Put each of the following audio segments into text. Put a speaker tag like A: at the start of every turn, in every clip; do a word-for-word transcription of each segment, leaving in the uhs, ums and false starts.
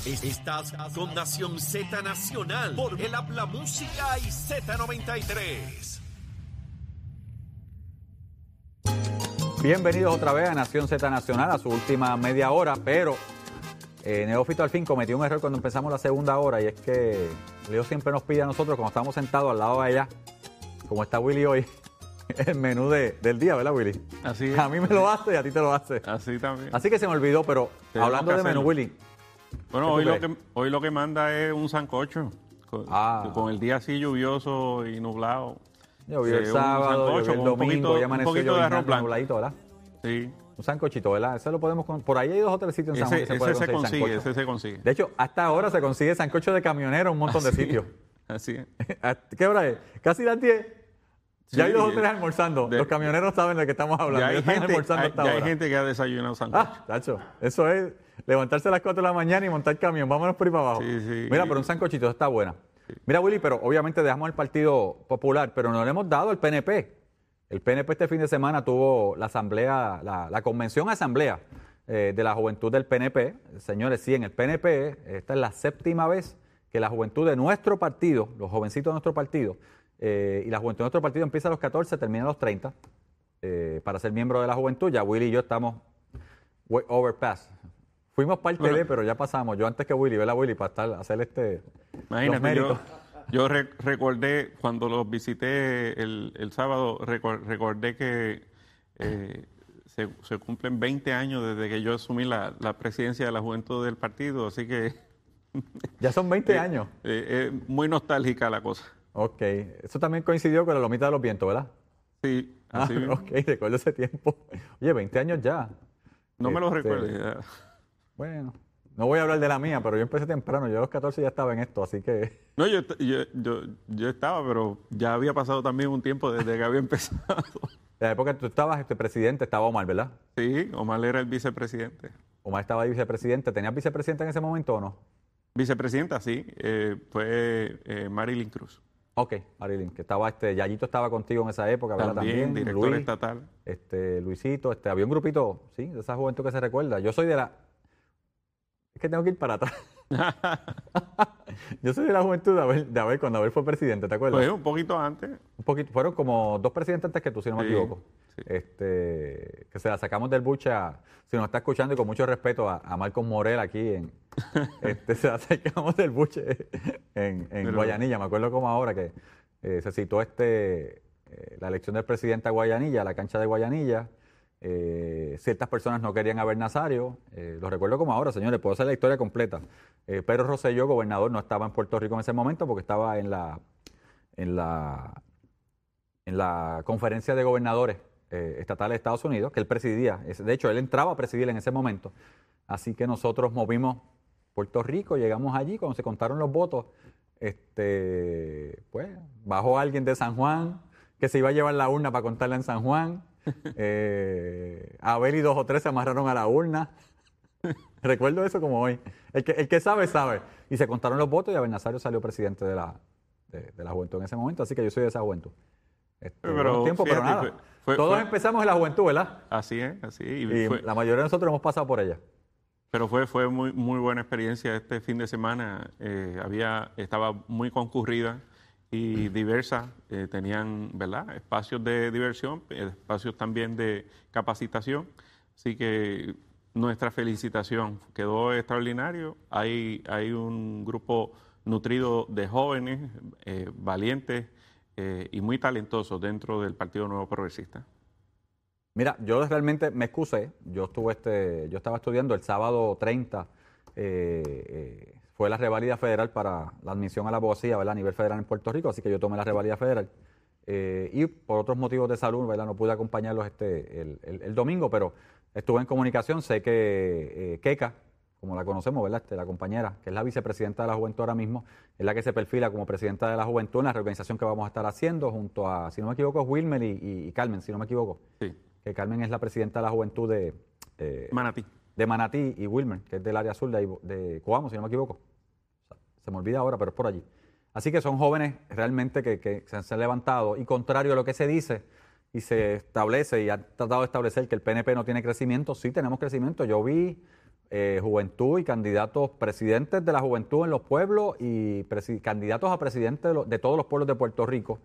A: Estás con Nación Z Nacional por el Habla Música y Z noventa y tres.
B: Bienvenidos otra vez a Nación Z Nacional, a su última media hora, pero eh, Neófito al fin cometió un error cuando empezamos la segunda hora, y es que Leo siempre nos pide a nosotros, cuando estamos sentados al lado de allá, como está Willy hoy, el menú de, del día, ¿verdad, Willy?
C: Así es.
B: A mí me lo hace y a ti te lo hace.
C: Así también.
B: Así que se me olvidó, pero
C: Tenemos
B: hablando de menú,
C: hacerlo.
B: Willy.
C: Bueno,
B: ¿qué
C: hoy
B: tú
C: lo,
B: crees?
C: que, hoy lo que manda es un sancocho. Con,
B: Ah.
C: con el día así lluvioso y nublado.
B: Llovió el
C: Eh, un
B: sábado,
C: sancocho
B: llovió el
C: con un
B: domingo,
C: poquito-
B: ya
C: un
B: amaneció
C: poquito de arroz
B: lloviznando,
C: blanco.
B: nubladito, ¿verdad?
C: Sí.
B: Un sancochito, ¿verdad? Eso lo podemos... con- Por ahí hay dos o tres sitios en San Juan
C: Ese,
B: que se puede
C: ese se
B: conseguir
C: consigue,
B: sancocho.
C: ese se consigue.
B: De hecho, hasta ahora se consigue sancocho de camionero en un montón de
C: Así es.
B: sitios.
C: Así es.
B: ¿Qué hora es? Casi las diez.
C: Sí,
B: Ya hay dos o
C: eh,
B: tres almorzando.
C: de-
B: Los camioneros saben de qué estamos hablando.
C: Ya hay,
B: están
C: gente,
B: almorzando
C: hay,
B: hasta
C: ya hay
B: ahora.
C: gente que ha desayunado sancocho.
B: Ah, tacho. Eso es levantarse a las cuatro de la mañana y montar camión. Vámonos por ahí para abajo.
C: Sí, sí.
B: Mira, pero un sancochito está buena. Mira, Willy, pero obviamente dejamos el Partido Popular, pero no le hemos dado al P N P. El P N P este fin de semana tuvo la asamblea, la, la convención asamblea eh, de la juventud del P N P. Señores, sí, en el P N P, esta es la séptima vez que la juventud de nuestro partido, los jovencitos de nuestro partido, eh, y la juventud de nuestro partido empieza a los catorce, termina a los treinta, eh, para ser miembro de la juventud. Ya Willy y yo estamos way overpass. Fuimos parte
C: Bueno.
B: de, pero ya pasamos. Yo antes que Willy, ¿verdad, Willy? Para estar, hacer este, los
C: Imagínate,
B: méritos.
C: yo, yo re- recordé, cuando los visité el, el sábado, recor- recordé que eh, se, se cumplen veinte años desde que yo asumí la, la presidencia de la juventud del partido, así que
B: Ya son veinte
C: eh,
B: años.
C: eh, es muy nostálgica la cosa.
B: Ok. Eso también coincidió con la Lomita de los Vientos, ¿verdad?
C: Sí,
B: Ah,
C: así mismo.
B: ok, recuerdo ese tiempo. Oye, veinte años ya.
C: No me lo
B: Este,
C: recuerdes. ya.
B: Bueno, no voy a hablar de la mía, pero yo empecé temprano. Yo a los catorce ya estaba en esto, así que...
C: No, yo, est- yo, yo, yo estaba, pero ya había pasado también un tiempo desde que había empezado.
B: En la época que tú estabas este presidente, estaba Omar, ¿verdad?
C: Sí, Omar era el vicepresidente.
B: Omar estaba ahí vicepresidente. ¿Tenías vicepresidente en ese momento o no?
C: Vicepresidenta, sí, eh, fue eh, Marilyn Cruz.
B: Ok, Marilyn, que estaba, este, Yayito estaba contigo en esa época, ¿verdad?
C: También, director
B: Luis,
C: estatal.
B: este, Luisito, este, había un grupito, sí, de esa juventud que se recuerda. Yo soy de la... Es que tengo que ir para atrás. Yo soy de la juventud de Abel, de Abel cuando Abel fue presidente, ¿te acuerdas?
C: Pues un poquito antes.
B: Un poquito, fueron como dos presidentes antes que tú, si no me
C: Sí,
B: equivoco.
C: sí.
B: Este, que se la sacamos del buche a, si nos está escuchando, y con mucho respeto a, a Marcos Morel aquí, en, este, se la sacamos del buche en, en
C: Pero-
B: Guayanilla. Me acuerdo como ahora que eh, se citó este, eh, la elección del presidente a Guayanilla, a la cancha de Guayanilla. Eh, ciertas personas no querían a Bel Nazario. Eh, lo recuerdo como ahora, señores, puedo hacer la historia completa. Eh, Pedro Rosselló, gobernador, no estaba en Puerto Rico en ese momento porque estaba en la, en la, en la conferencia de gobernadores eh, estatales de Estados Unidos, que él presidía. Es- De hecho, él entraba a presidir en ese momento. Así que nosotros movimos Puerto Rico, llegamos allí, cuando se contaron los votos, este, pues bajó alguien de San Juan que se iba a llevar la urna para contarla en San Juan. Eh, Abel y dos o tres se amarraron a la urna. Recuerdo eso como hoy. El que, el que sabe, sabe. Y se contaron los votos y Abel Nazario salió presidente de la, de, de la juventud en ese momento. Así que yo soy de esa juventud. Este,
C: Pero,
B: buenos tiempos, pero
C: fíjate,
B: nada.
C: fue- fue-
B: Todos
C: fue-
B: empezamos en la juventud, ¿verdad?
C: Así es, así. Y
B: Y
C: fue-
B: la mayoría de nosotros hemos pasado por ella.
C: pero fue, fue muy, muy buena experiencia este fin de semana. Eh, había, estaba muy concurrida y diversa. Eh, tenían, ¿verdad?, espacios de diversión, eh, espacios también de capacitación. Así que nuestra felicitación. Quedó extraordinario. Hay, hay un grupo nutrido de jóvenes, eh, valientes eh, y muy talentosos dentro del Partido Nuevo Progresista.
B: Mira, yo realmente me excusé. Yo estuve este, yo estaba estudiando el sábado treinta. eh, eh, fue la revalida federal para la admisión a la abogacía, ¿verdad?, a nivel federal en Puerto Rico, así que yo tomé la revalida federal. Eh, y por otros motivos de salud, ¿verdad?, no pude acompañarlos este, el, el- el domingo, pero estuve en comunicación. Sé que eh, Keka, como la conocemos, ¿verdad?, Este, la compañera, que es la vicepresidenta de la juventud ahora mismo, es la que se perfila como presidenta de la juventud en la reorganización que vamos a estar haciendo junto a, si no me equivoco, es Wilmer y, y- y Carmen, si no me equivoco.
C: Sí.
B: Que Carmen es la presidenta de la juventud de, eh,
C: Manatí.
B: de Manatí, y Wilmer, que es del área sur de, ahí, de Coamo, si no me equivoco. O sea, se me olvida ahora, pero es por allí. Así que son jóvenes realmente que, que se han se han levantado, y contrario a lo que se dice y se establece y han tratado de establecer que el P N P no tiene crecimiento, sí tenemos crecimiento. Yo vi eh, juventud y candidatos presidentes de la juventud en los pueblos y presi- candidatos a presidente de, lo- de todos los pueblos de Puerto Rico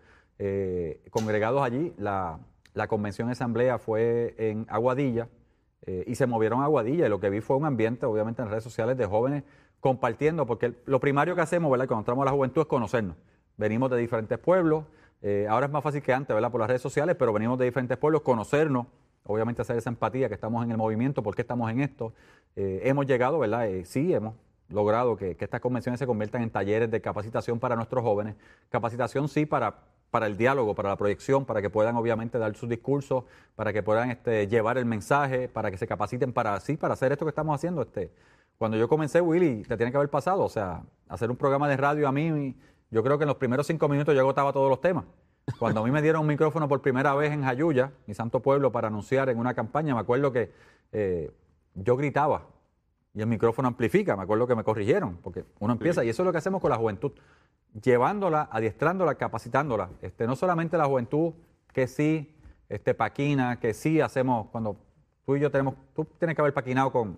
B: eh, congregados allí. La, la convención asamblea fue en Aguadilla eh, y se movieron a Aguadilla y lo que vi fue un ambiente, obviamente en redes sociales, de jóvenes compartiendo, porque lo primario que hacemos, ¿verdad?, cuando entramos a la juventud es conocernos. Venimos de diferentes pueblos, eh, ahora es más fácil que antes, ¿verdad?, por las redes sociales, pero venimos de diferentes pueblos, conocernos, obviamente hacer esa empatía, que estamos en el movimiento, por qué estamos en esto. Eh, hemos llegado, ¿verdad?, eh, sí, hemos logrado que, que estas convenciones se conviertan en talleres de capacitación para nuestros jóvenes. Capacitación sí para, para el diálogo, para la proyección, para que puedan obviamente dar sus discursos, para que puedan este, llevar el mensaje, para que se capaciten para sí, para hacer esto que estamos haciendo. Este, cuando yo comencé, Willy, te tiene que haber pasado, o sea, hacer un programa de radio a mí, yo creo que en los primeros cinco minutos yo agotaba todos los temas. Cuando a mí me dieron un micrófono por primera vez en Jayuya, mi santo pueblo, para anunciar en una campaña, me acuerdo que eh, yo gritaba y el micrófono amplifica, me acuerdo que me corrigieron, porque uno empieza, sí. Y eso es lo que hacemos con la juventud, llevándola, adiestrándola, capacitándola. Este, no solamente la juventud que sí este, paquina, que sí hacemos, cuando tú y yo tenemos, tú tienes que haber paquinado con,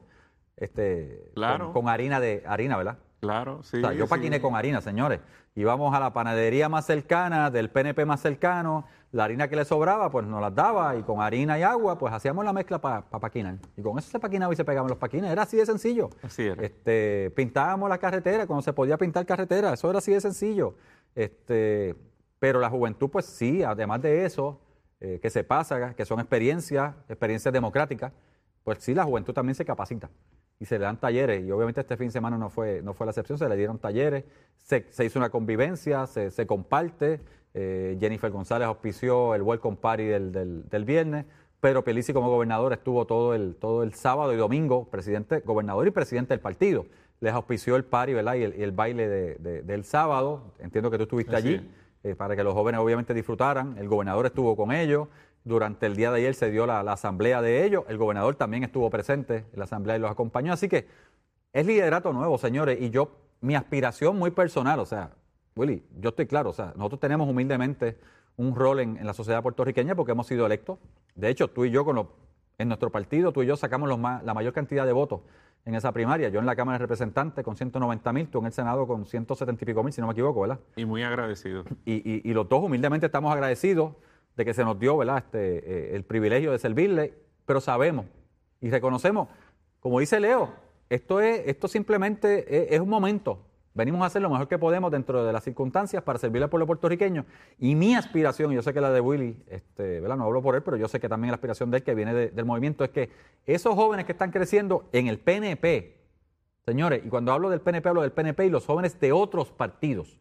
B: este,
C: claro.
B: con, con harina, de harina, ¿verdad?
C: Claro, sí.
B: O sea, yo paquiné
C: sí.
B: con harina, señores. Íbamos a la panadería más cercana, del P N P más cercano, la harina que le sobraba, pues nos las daba, y con harina y agua, pues hacíamos la mezcla para pa paquinar. Y con eso se paquinaba y se pegaban los paquines. Era así de sencillo.
C: Así era.
B: Este, pintábamos la carretera cuando se podía pintar carretera. Eso era así de sencillo. Este, pero la juventud, pues sí, además de eso, eh, que se pasa, que son experiencias, experiencias democráticas, pues sí, la juventud también se capacita. Y se le dan talleres, y obviamente este fin de semana no fue, no fue la excepción, se le dieron talleres, se, se hizo una convivencia, se, se comparte. Eh, Jennifer González auspició el Welcome Party del, del, del viernes, Pedro Pierluisi como gobernador estuvo todo el, todo el sábado y domingo, presidente, gobernador y presidente del partido. Les auspició el party, ¿verdad?, y el, y el baile de, de, del sábado. Entiendo que tú estuviste
C: Así
B: allí, eh, para que los jóvenes obviamente disfrutaran. El gobernador estuvo con ellos. Durante el día de ayer se dio la, la asamblea de ellos. El gobernador también estuvo presente en la asamblea y los acompañó. Así que es liderato nuevo, señores. Y yo, mi aspiración muy personal, o sea, Willy, yo estoy claro, o sea, nosotros tenemos humildemente un rol en, en la sociedad puertorriqueña porque hemos sido electos. De hecho, tú y yo, con los, en nuestro partido, tú y yo sacamos los más, la mayor cantidad de votos en esa primaria. Yo en la Cámara de Representantes con ciento noventa mil, tú en el Senado con ciento setenta y pico mil, si no me equivoco, ¿verdad?
C: Y muy agradecido.
B: Y, y, y los dos humildemente estamos agradecidos de que se nos dio, ¿verdad?, este, eh, el privilegio de servirle, pero sabemos y reconocemos, como dice Leo, esto es, esto simplemente es, es un momento. Venimos a hacer lo mejor que podemos dentro de las circunstancias para servirle al pueblo puertorriqueño. Y mi aspiración, y yo sé que la de Willy, este, ¿verdad?, no hablo por él, pero yo sé que también la aspiración de él, que viene de, del movimiento, es que esos jóvenes que están creciendo en el P N P, señores, y cuando hablo del P N P, hablo del P N P y los jóvenes de otros partidos,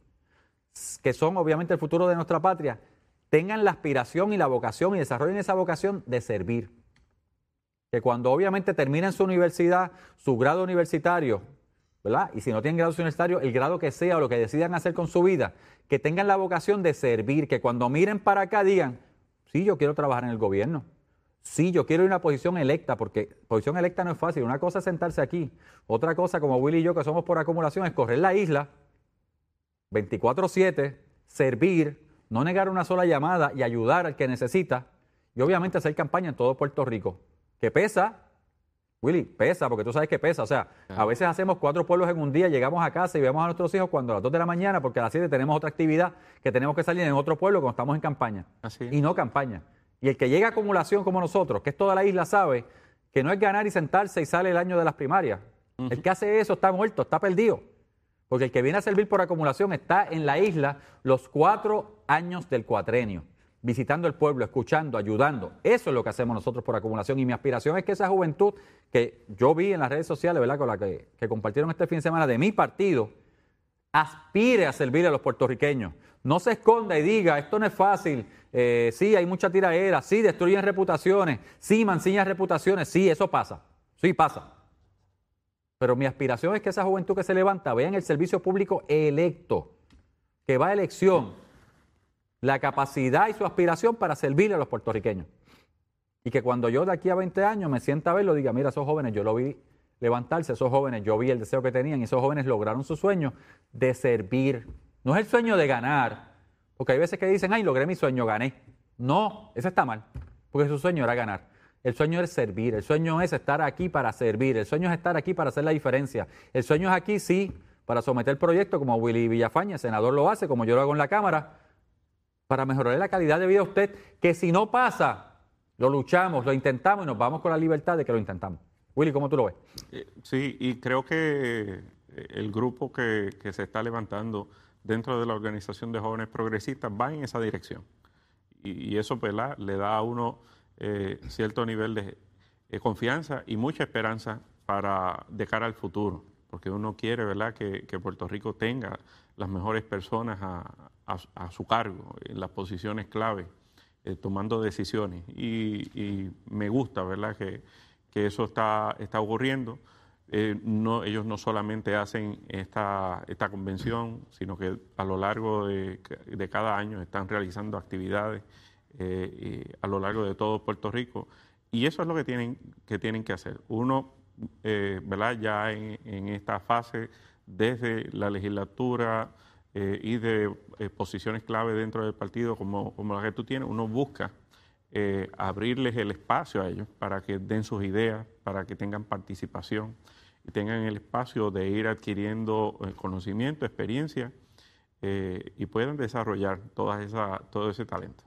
B: que son obviamente el futuro de nuestra patria, tengan la aspiración y la vocación y desarrollen esa vocación de servir. Que cuando obviamente terminen su universidad, su grado universitario, ¿verdad?, y si no tienen grado universitario, el grado que sea o lo que decidan hacer con su vida, que tengan la vocación de servir, que cuando miren para acá digan, sí, yo quiero trabajar en el gobierno, sí, yo quiero ir a una posición electa, porque posición electa no es fácil. Una cosa es sentarse aquí, otra cosa, como Willy y yo, que somos por acumulación, es correr la isla veinticuatro siete, servir, no negar una sola llamada y ayudar al que necesita, y obviamente hacer campaña en todo Puerto Rico. Que pesa, Willy, pesa, porque tú sabes que pesa. O sea, a veces hacemos cuatro pueblos en un día, llegamos a casa y vemos a nuestros hijos cuando a las dos de la mañana, porque a las siete tenemos otra actividad que tenemos que salir en otro pueblo cuando estamos en campaña.
C: Así es.
B: Y no campaña. Y el que llega a acumulación como nosotros, que es toda la isla, sabe que no es ganar y sentarse y sale el año de las primarias. Uh-huh. El que hace eso está muerto, está perdido. Porque el que viene a servir por acumulación está en la isla los cuatro años del cuatrenio, visitando el pueblo, escuchando, ayudando. Eso es lo que hacemos nosotros por acumulación. Y mi aspiración es que esa juventud que yo vi en las redes sociales, ¿verdad?, con la que, que compartieron este fin de semana de mi partido, aspire a servir a los puertorriqueños. No se esconda y diga, esto no es fácil, eh, sí, hay mucha tiraera, sí, destruyen reputaciones, sí, mancillan reputaciones, sí, eso pasa, sí pasa. Pero mi aspiración es que esa juventud que se levanta vea en el servicio público electo, que va a elección, la capacidad y su aspiración para servirle a los puertorriqueños. Y que cuando yo de aquí a veinte años me sienta a verlo, diga, mira, esos jóvenes, yo lo vi levantarse, esos jóvenes, yo vi el deseo que tenían y esos jóvenes lograron su sueño de servir. No es el sueño de ganar, porque hay veces que dicen, ay, logré mi sueño, gané. No, eso está mal, porque su sueño era ganar. El sueño es servir, el sueño es estar aquí para servir, el sueño es estar aquí para hacer la diferencia. El sueño es aquí, sí, para someter proyectos como Willy Villafañe, el senador lo hace, como yo lo hago en la Cámara, para mejorar la calidad de vida de usted, que si no pasa, lo luchamos, lo intentamos y nos vamos con la libertad de que lo intentamos. Willy, ¿cómo tú lo ves?
C: Sí, y creo que el grupo que, que se está levantando dentro de la Organización de Jóvenes Progresistas va en esa dirección. Y, y eso, ¿verdad?, le da a uno eh, cierto nivel de eh, confianza y mucha esperanza para de cara al futuro, porque uno quiere, ¿verdad?, que, que Puerto Rico tenga las mejores personas a, a, a su cargo, en las posiciones clave, eh, tomando decisiones. Y, y me gusta, ¿verdad?, que, que eso está, está ocurriendo. Eh, no, ellos no solamente hacen esta, esta convención, sino que a lo largo de, de cada año están realizando actividades eh, a lo largo de todo Puerto Rico. Y eso es lo que tienen que, tienen que hacer. Uno, eh, ¿verdad?, ya en, en esta fase, desde la legislatura eh, y de eh, posiciones clave dentro del partido, como, como la que tú tienes, uno busca eh, abrirles el espacio a ellos para que den sus ideas, para que tengan participación y tengan el espacio de ir adquiriendo eh, conocimiento, experiencia eh, y puedan desarrollar toda esa, todo ese talento.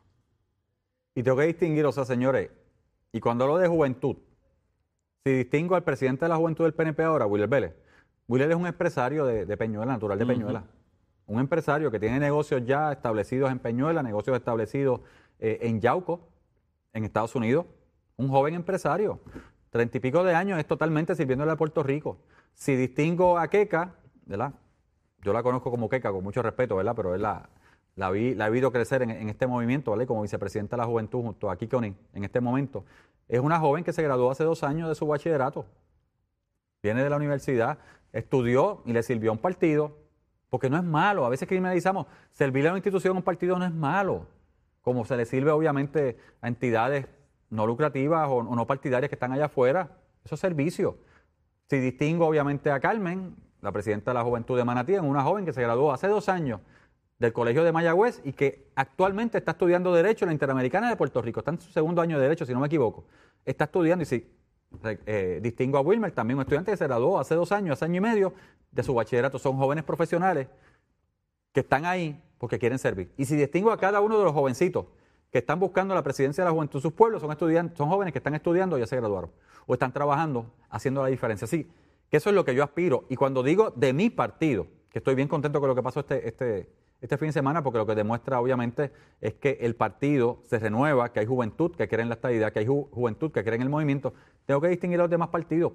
B: Y tengo que distinguir, o sea, señores, y cuando hablo de juventud, si distingo al presidente de la juventud del P N P ahora, Willer Vélez, Willer es un empresario de, de Peñuela, natural de Peñuela. Uh-huh. Un empresario que tiene negocios ya establecidos en Peñuela, negocios establecidos eh, en Yauco, en Estados Unidos. Un joven empresario, treinta y pico de años, es totalmente sirviéndole a Puerto Rico. Si distingo a Keka, ¿verdad? Yo la conozco como Keka con mucho respeto, ¿verdad? Pero es la, la, vi, la he visto crecer en, en este movimiento, ¿vale? Como vicepresidenta de la juventud junto a Kike O'Neill en este momento. Es una joven que se graduó hace dos años de su bachillerato. Viene de la universidad, estudió y le sirvió a un partido, porque no es malo. A veces criminalizamos. Servirle a una institución, a un partido no es malo. Como se le sirve obviamente a entidades no lucrativas o, o no partidarias que están allá afuera. Eso es servicio. Si distingo obviamente a Carmen, la presidenta de la Juventud de Manatí, en una joven que se graduó hace dos años del Colegio de Mayagüez y que actualmente está estudiando Derecho en la Interamericana de Puerto Rico. Está en su segundo año de Derecho, si no me equivoco. Está estudiando y si eh, distingo a Wilmer, también un estudiante que se graduó hace dos años, hace año y medio de su bachillerato. Son jóvenes profesionales que están ahí porque quieren servir. Y si distingo a cada uno de los jovencitos que están buscando la presidencia de la juventud en sus pueblos, son estudiantes, son jóvenes que están estudiando o ya se graduaron, o están trabajando, haciendo la diferencia. Así que eso es lo que yo aspiro. Y cuando digo de mi partido, que estoy bien contento con lo que pasó este, este, este fin de semana, porque lo que demuestra obviamente es que el partido se renueva, que hay juventud que cree en la estadidad, que hay ju- juventud que cree en el movimiento. Tengo que distinguir a los demás partidos,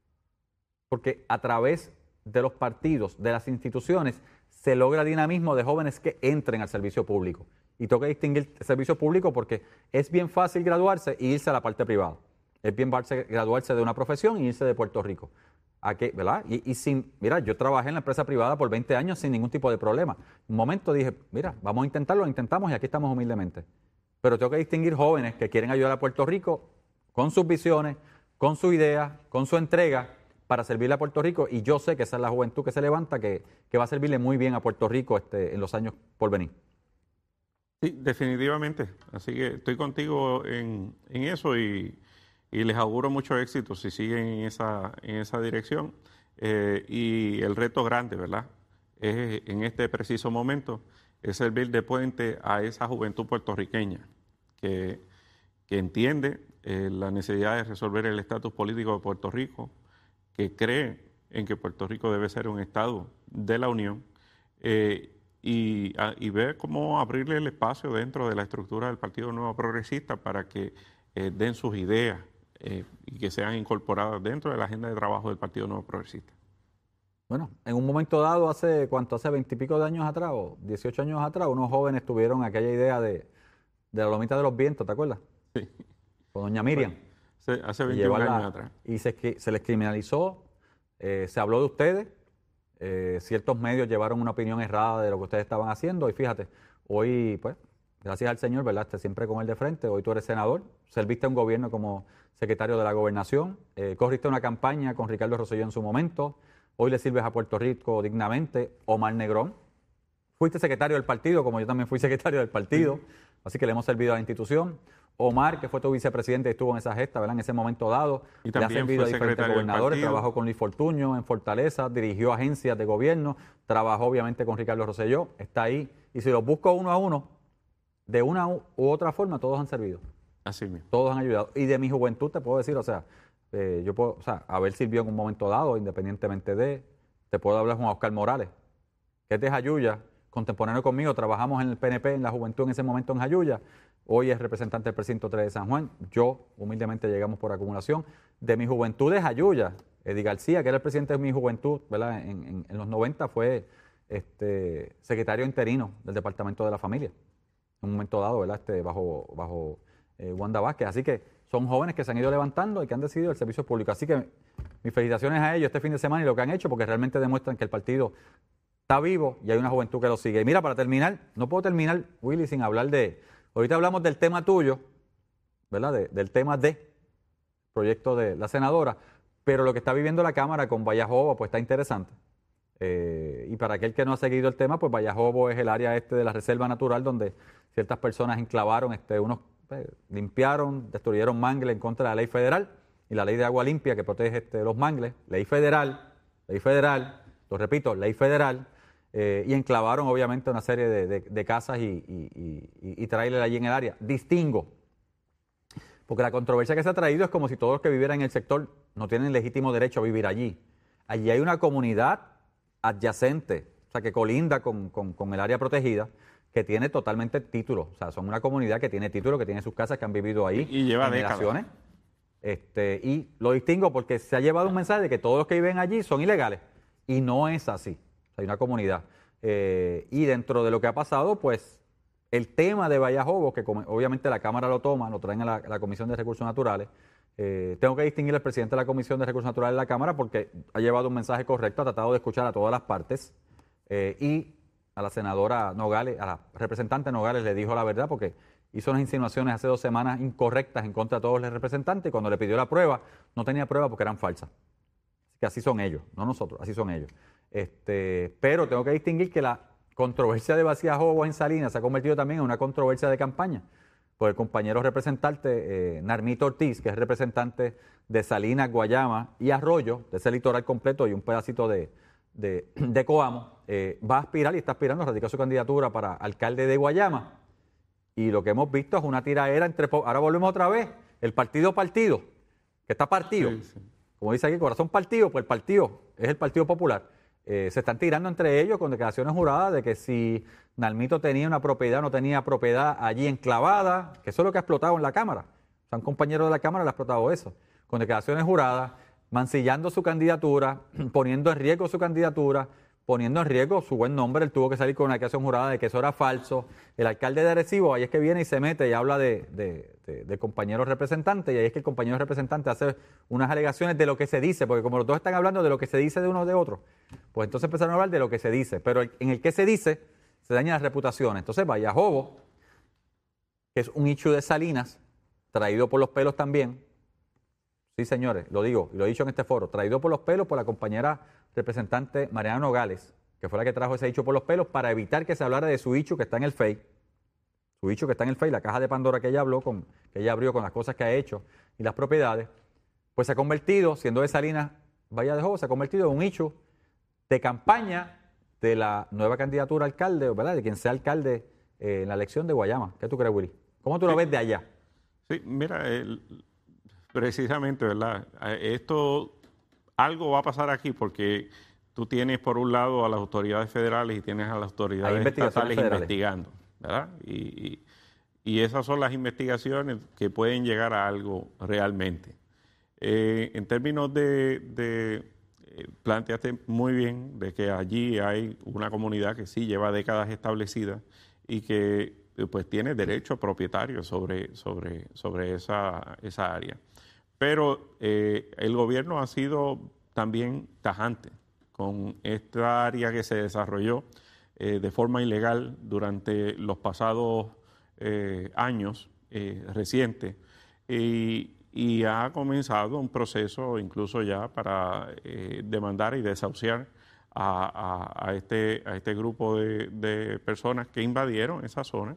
B: porque a través de los partidos, de las instituciones, se logra dinamismo de jóvenes que entren al servicio público. Y tengo que distinguir el servicio público porque es bien fácil graduarse e irse a la parte privada. Es bien fácil graduarse de una profesión e irse de Puerto Rico. ¿A qué? ¿Verdad? Y, y sin, mira, yo trabajé en la empresa privada por veinte años sin ningún tipo de problema. Un momento dije, mira, vamos a intentarlo, lo intentamos y aquí estamos humildemente. Pero tengo que distinguir jóvenes que quieren ayudar a Puerto Rico con sus visiones, con su idea, con su entrega, para servirle a Puerto Rico, y yo sé que esa es la juventud que se levanta, que, que va a servirle muy bien a Puerto Rico este, en los años por venir.
C: Sí, definitivamente. Así que estoy contigo en, en eso y, y les auguro mucho éxito si siguen en esa, en esa dirección. Eh, y el reto grande, ¿verdad?, es en este preciso momento, es servir de puente a esa juventud puertorriqueña que, que entiende eh, la necesidad de resolver el estatus político de Puerto Rico, que cree en que Puerto Rico debe ser un estado de la Unión eh, y, a, y ver cómo abrirle el espacio dentro de la estructura del Partido Nuevo Progresista para que eh, den sus ideas eh, y que sean incorporadas dentro de la agenda de trabajo del Partido Nuevo Progresista.
B: Bueno, en un momento dado, hace cuánto, hace veintipico de años atrás, o dieciocho años atrás, unos jóvenes tuvieron aquella idea de, de la lomita de los vientos, ¿te acuerdas?
C: Sí.
B: Con doña Miriam.
C: Bueno. Hace veintiún años atrás.
B: Y se, se les criminalizó, eh, se habló de ustedes, eh, ciertos medios llevaron una opinión errada de lo que ustedes estaban haciendo y fíjate, hoy pues, gracias al Señor, ¿verdad? Esté siempre con él de frente, hoy tú eres senador, serviste a un gobierno como secretario de la Gobernación, eh, corriste una campaña con Ricardo Rosselló en su momento, hoy le sirves a Puerto Rico dignamente. Omar Negrón fuiste secretario del partido, como yo también fui secretario del partido, sí. Así que le hemos servido a la institución. Omar, que fue tu vicepresidente y estuvo en esa gesta, ¿verdad? En ese momento dado,
C: y
B: le ha servido a diferentes gobernadores, trabajó con Luis Fortuño en Fortaleza, dirigió agencias de gobierno, trabajó obviamente con Ricardo Rosselló, está ahí. Y si los busco uno a uno, de una u otra forma, todos han servido.
C: Así mismo.
B: Todos han ayudado. Y de mi juventud te puedo decir, o sea, eh, yo puedo, o sea, haber sirvió en un momento dado, independientemente de, te puedo hablar con Oscar Morales, que es de Jayuya, contemporáneo conmigo, trabajamos en el P N P, en la juventud en ese momento en Jayuya. Hoy es representante del precinto tres de San Juan. Yo, humildemente, llegamos por acumulación. De mi juventud de Jayuya, Eddie García, que era el presidente de mi juventud, ¿verdad? En, en, en los noventa fue este, secretario interino del Departamento de la Familia. En un momento dado, ¿verdad? Este, bajo bajo eh, Wanda Vázquez. Así que son jóvenes que se han ido levantando y que han decidido el servicio público. Así que mis felicitaciones a ellos este fin de semana y lo que han hecho, porque realmente demuestran que el partido está vivo y hay una juventud que lo sigue. Y mira, para terminar, no puedo terminar, Willy, sin hablar de... Ahorita hablamos del tema tuyo, ¿verdad? De, del tema de proyecto de la senadora, pero lo que está viviendo la Cámara con Vallajobo, pues está interesante. Eh, y para aquel que no ha seguido el tema, pues Vallajobo es el área este de la reserva natural donde ciertas personas enclavaron, este, unos eh, limpiaron, destruyeron mangles en contra de la ley federal y la ley de agua limpia que protege este, los mangles, ley federal, ley federal, lo repito, ley federal. Eh, y enclavaron obviamente una serie de, de, de casas y, y, y, y trailers allí en el área. Distingo, porque la controversia que se ha traído es como si todos los que vivieran en el sector no tienen legítimo derecho a vivir allí. Allí hay una comunidad adyacente, o sea, que colinda con, con, con el área protegida, que tiene totalmente título. O sea, son una comunidad que tiene título, que tiene sus casas, que han vivido ahí
C: y, y lleva
B: generaciones. Este, y lo distingo porque se ha llevado un mensaje de que todos los que viven allí son ilegales. Y no es así. Hay una comunidad. Eh, y dentro de lo que ha pasado, pues el tema de Vallajobo, que como, obviamente la Cámara lo toma, lo traen a la, a la Comisión de Recursos Naturales. Eh, tengo que distinguir al presidente de la Comisión de Recursos Naturales de la Cámara porque ha llevado un mensaje correcto, ha tratado de escuchar a todas las partes eh, y a la senadora Nogales, a la representante Nogales le dijo la verdad porque hizo unas insinuaciones hace dos semanas incorrectas en contra de todos los representantes y cuando le pidió la prueba, no tenía prueba porque eran falsas. Así que así son ellos, no nosotros, así son ellos. Este, pero tengo que distinguir que la controversia de Vallajobo en Salinas se ha convertido también en una controversia de campaña, por el compañero representante eh, Narmito Ortiz, que es representante de Salinas, Guayama y Arroyo, de ese litoral completo y un pedacito de, de, de Coamo, eh, va a aspirar y está aspirando a radicar su candidatura para alcalde de Guayama. Y lo que hemos visto es una tiraera entre... Ahora volvemos otra vez, el partido partido, que está partido. Sí, sí. Como dice aquí, corazón partido, pues el partido es el Partido Popular. Eh, se están tirando entre ellos con declaraciones juradas de que si Narmito tenía una propiedad o no tenía propiedad allí enclavada, que eso es lo que ha explotado en la Cámara. O sea, un compañero de la Cámara le ha explotado eso, con declaraciones juradas, mancillando su candidatura, poniendo en riesgo su candidatura, poniendo en riesgo su buen nombre. Él tuvo que salir con una declaración jurada de que eso era falso. El alcalde de Arecibo, ahí es que viene y se mete y habla de, de, de, de compañeros representantes, y ahí es que el compañero representante hace unas alegaciones de lo que se dice, porque como los dos están hablando de lo que se dice de uno o de otro, pues entonces empezaron a hablar de lo que se dice, pero en el que se dice se dañan las reputaciones. Entonces Vallajobo, que es un issue de Salinas, traído por los pelos también, sí señores, lo digo, y lo he dicho en este foro, traído por los pelos por la compañera representante Mariana Nogales, que fue la que trajo ese issue por los pelos para evitar que se hablara de su issue que está en el F E I, su issue que está en el F E I, la caja de Pandora que ella habló, con, que ella abrió con las cosas que ha hecho y las propiedades, pues se ha convertido, siendo de Salinas Vallajobo, se ha convertido en un issue de campaña de la nueva candidatura a alcalde, ¿verdad? De quien sea alcalde eh, en la elección de Guayama. ¿Qué tú crees, Willy? ¿Cómo tú lo ves de allá?
C: Sí, mira, el, precisamente, ¿verdad? Esto, algo va a pasar aquí porque tú tienes por un lado a las autoridades federales y tienes a las autoridades estatales investigando, ¿verdad? Y, y, y esas son las investigaciones que pueden llegar a algo realmente. Eh, en términos de... de planteaste muy bien de que allí hay una comunidad que sí lleva décadas establecida y que pues tiene derecho propietario sobre, sobre, sobre esa, esa área. Pero eh, el gobierno ha sido también tajante con esta área que se desarrolló eh, de forma ilegal durante los pasados eh, años eh, recientes y y ha comenzado un proceso incluso ya para eh, demandar y desahuciar a, a, a, este, a este grupo de, de personas que invadieron esa zona.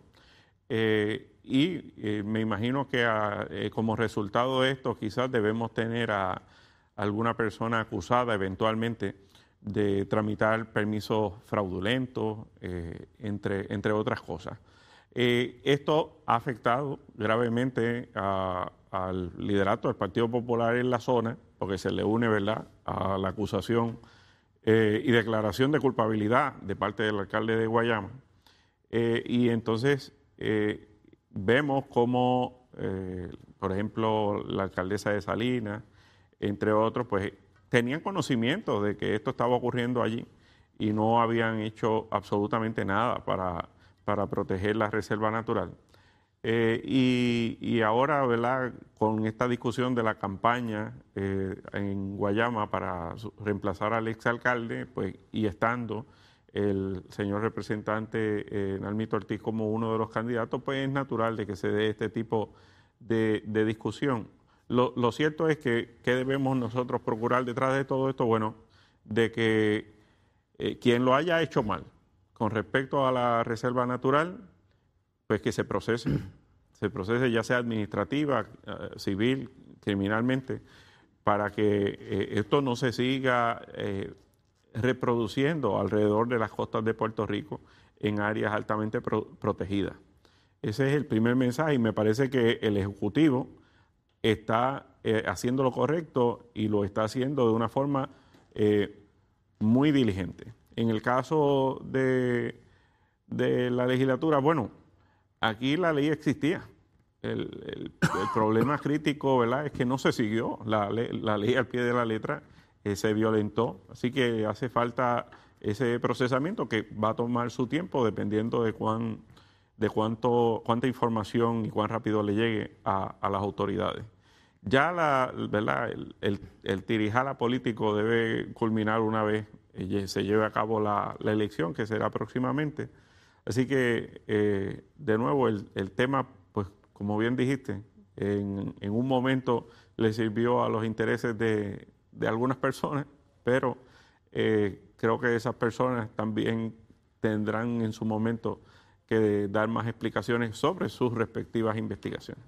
C: Eh, y eh, me imagino que a, eh, como resultado de esto quizás debemos tener a, a alguna persona acusada eventualmente de tramitar permisos fraudulentos, eh, entre, entre otras cosas. Eh, esto ha afectado gravemente a, al liderato del Partido Popular en la zona, porque se le une, ¿verdad?, a la acusación eh, y declaración de culpabilidad de parte del alcalde de Guayama. Eh, y entonces eh, vemos cómo, eh, por ejemplo, la alcaldesa de Salinas, entre otros, pues tenían conocimiento de que esto estaba ocurriendo allí y no habían hecho absolutamente nada para, para proteger la reserva natural. Eh, y, y ahora, ¿verdad?, con esta discusión de la campaña eh, en Guayama para reemplazar al exalcalde, pues, y estando el señor representante eh, Nalmito Ortiz como uno de los candidatos, pues es natural de que se dé este tipo de, de discusión. Lo, lo cierto es que, ¿qué debemos nosotros procurar detrás de todo esto? Bueno, de que eh, quien lo haya hecho mal con respecto a la reserva natural, pues que se procese, se procese ya sea administrativa, eh, civil, criminalmente, para que eh, esto no se siga eh, reproduciendo alrededor de las costas de Puerto Rico en áreas altamente pro protegidas. Ese es el primer mensaje y me parece que el Ejecutivo está eh, haciendo lo correcto y lo está haciendo de una forma eh, muy diligente. En el caso de, de la legislatura, bueno, aquí la ley existía. El, el, el problema crítico, ¿verdad?, es que no se siguió la, la ley al pie de la letra, eh, se violentó. Así que hace falta ese procesamiento que va a tomar su tiempo dependiendo de cuán, de cuánto, cuánta información y cuán rápido le llegue a, a las autoridades. Ya la, ¿verdad?, el, el, el tirijala político debe culminar una vez eh, se lleve a cabo la, la elección, que será próximamente. Así que, eh, de nuevo, el, el tema, pues, como bien dijiste, en, en un momento le sirvió a los intereses de, de algunas personas, pero eh, creo que esas personas también tendrán en su momento que dar más explicaciones sobre sus respectivas investigaciones.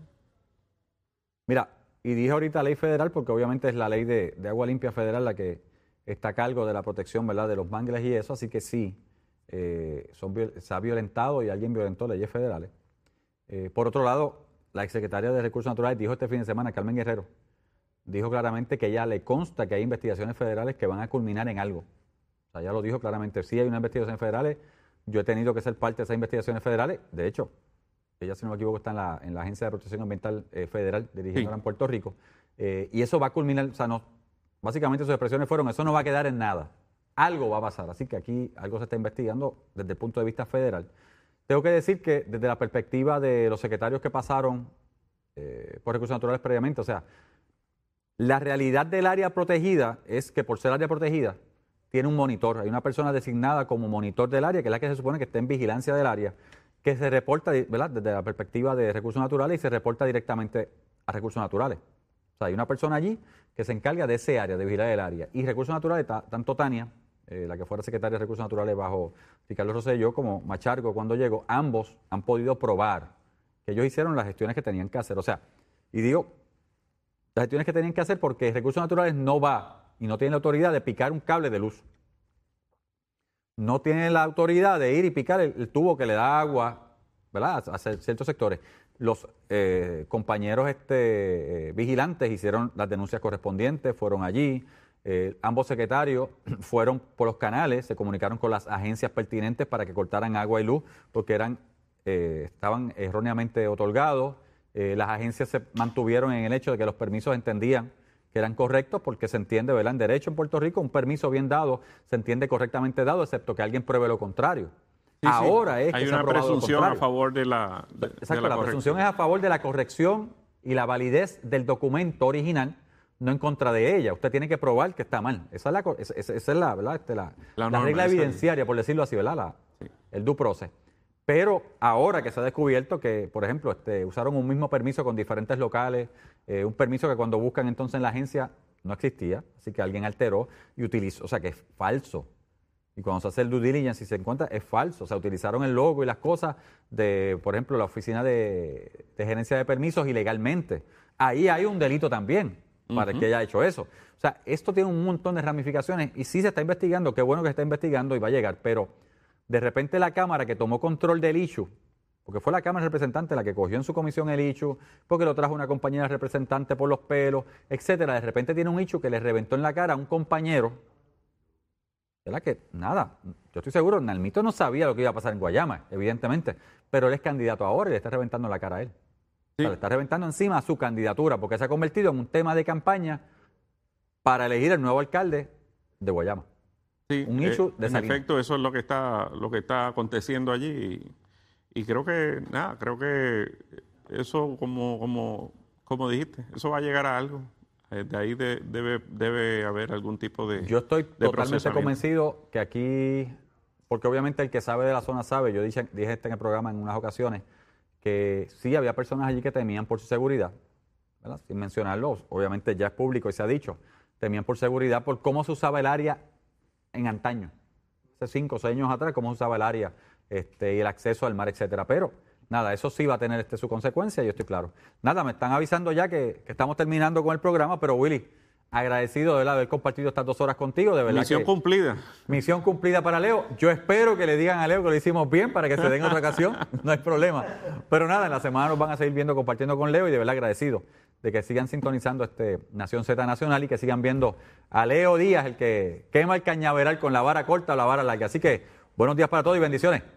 B: Mira, y dije ahorita ley federal porque obviamente es la ley de, de agua limpia federal la que está a cargo de la protección, ¿verdad?, de los mangles y eso, así que sí. Eh, son, se ha violentado y alguien violentó leyes federales. Eh, por otro lado, la exsecretaria de Recursos Naturales dijo este fin de semana, Carmen Guerrero, dijo claramente que ella le consta que hay investigaciones federales que van a culminar en algo. O sea, ella lo dijo claramente, sí hay unas investigaciones federales, yo he tenido que ser parte de esas investigaciones federales, de hecho, ella, si no me equivoco, está en la, en la Agencia de Protección Ambiental eh, Federal, dirigiéndola sí. en Puerto Rico, eh, y eso va a culminar, o sea, no, básicamente sus expresiones fueron, eso no va a quedar en nada. Algo va a pasar, así que aquí algo se está investigando desde el punto de vista federal. Tengo que decir que desde la perspectiva de los secretarios que pasaron eh, por recursos naturales previamente, o sea, la realidad del área protegida es que por ser área protegida tiene un monitor, hay una persona designada como monitor del área, que es la que se supone que está en vigilancia del área, que se reporta, ¿verdad?, desde la perspectiva de recursos naturales y se reporta directamente a recursos naturales. O sea, hay una persona allí que se encarga de ese área, de vigilar el área. Y recursos naturales, tanto Tania, Eh, la que fuera secretaria de Recursos Naturales bajo Ricardo Rosselló, como Machargo cuando llegó, ambos han podido probar que ellos hicieron las gestiones que tenían que hacer. O sea, y digo, las gestiones que tenían que hacer porque Recursos Naturales no va y no tiene la autoridad de picar un cable de luz. No tiene la autoridad de ir y picar el, el tubo que le da agua, ¿verdad?, a, a ciertos sectores. Los eh, compañeros este, eh, vigilantes hicieron las denuncias correspondientes, fueron allí. Eh, ambos secretarios fueron por los canales, se comunicaron con las agencias pertinentes para que cortaran agua y luz porque eran, eh, estaban erróneamente otorgados. Eh, las agencias se mantuvieron en el hecho de que los permisos entendían que eran correctos porque se entiende, ¿verdad?, en derecho en Puerto Rico un permiso bien dado se entiende correctamente dado, excepto que alguien pruebe lo contrario.
C: Sí,
B: Ahora
C: sí.
B: es que
C: hay
B: se ha
C: una
B: probado
C: presunción
B: lo
C: a favor de la de,
B: Exacto,
C: de la,
B: la presunción es a favor de la corrección y la validez del documento original, no en contra de ella. Usted tiene que probar que está mal. Esa es la, esa, esa es la, ¿verdad? Este, la, la, la regla evidenciaria, es. por decirlo así, ¿verdad? La, sí. El due process. Pero ahora que se ha descubierto que, por ejemplo, este, usaron un mismo permiso con diferentes locales, eh, un permiso que cuando buscan entonces en la agencia no existía, así que alguien alteró y utilizó, o sea que es falso. Y cuando se hace el due diligence y se encuentra, es falso. O sea, utilizaron el logo y las cosas de, por ejemplo, la oficina de, de gerencia de permisos ilegalmente. Ahí hay un delito también para el que haya hecho eso. O sea, esto tiene un montón de ramificaciones y sí se está investigando, qué bueno que se está investigando y va a llegar, pero de repente la Cámara que tomó control del issue, porque fue la Cámara Representante la que cogió en su comisión el issue, porque lo trajo una compañera representante por los pelos, etcétera, de repente tiene un issue que le reventó en la cara a un compañero, ¿verdad? Que nada, yo estoy seguro, Nalmito no sabía lo que iba a pasar en Guayama, evidentemente, pero él es candidato ahora y le está reventando la cara a él. Sí. O sea, le está reventando encima a su candidatura, porque se ha convertido en un tema de campaña para elegir el nuevo alcalde de Guayama.
C: Sí,
B: un issue
C: eh,
B: de
C: en
B: Salinas.
C: efecto, eso es lo que está, lo que está aconteciendo allí. Y, y creo que, nada, creo que eso, como, como, como dijiste, eso va a llegar a algo. De ahí de, debe, debe haber algún tipo de
B: Yo estoy
C: de
B: totalmente convencido que aquí, porque obviamente el que sabe de la zona sabe, yo dije, dije esto en el programa en unas ocasiones, que sí había personas allí que temían por su seguridad, ¿verdad? Sin mencionarlo, obviamente ya es público y se ha dicho, temían por seguridad por cómo se usaba el área en antaño, hace cinco o seis años atrás, cómo se usaba el área este, y el acceso al mar, etcétera. Pero nada, eso sí va a tener este, su consecuencia, yo estoy claro. Nada, me están avisando ya que, que estamos terminando con el programa, pero Willy, agradecido de haber compartido estas dos horas contigo, de verdad.
C: Misión
B: que,
C: cumplida.
B: Misión cumplida para Leo. Yo espero que le digan a Leo que lo hicimos bien para que se den otra ocasión, no hay problema. Pero nada, en la semana nos van a seguir viendo, compartiendo con Leo y de verdad agradecido de que sigan sintonizando este Nación Z Nacional y que sigan viendo a Leo Díaz, el que quema el cañaveral con la vara corta o la vara larga. Así que buenos días para todos y bendiciones.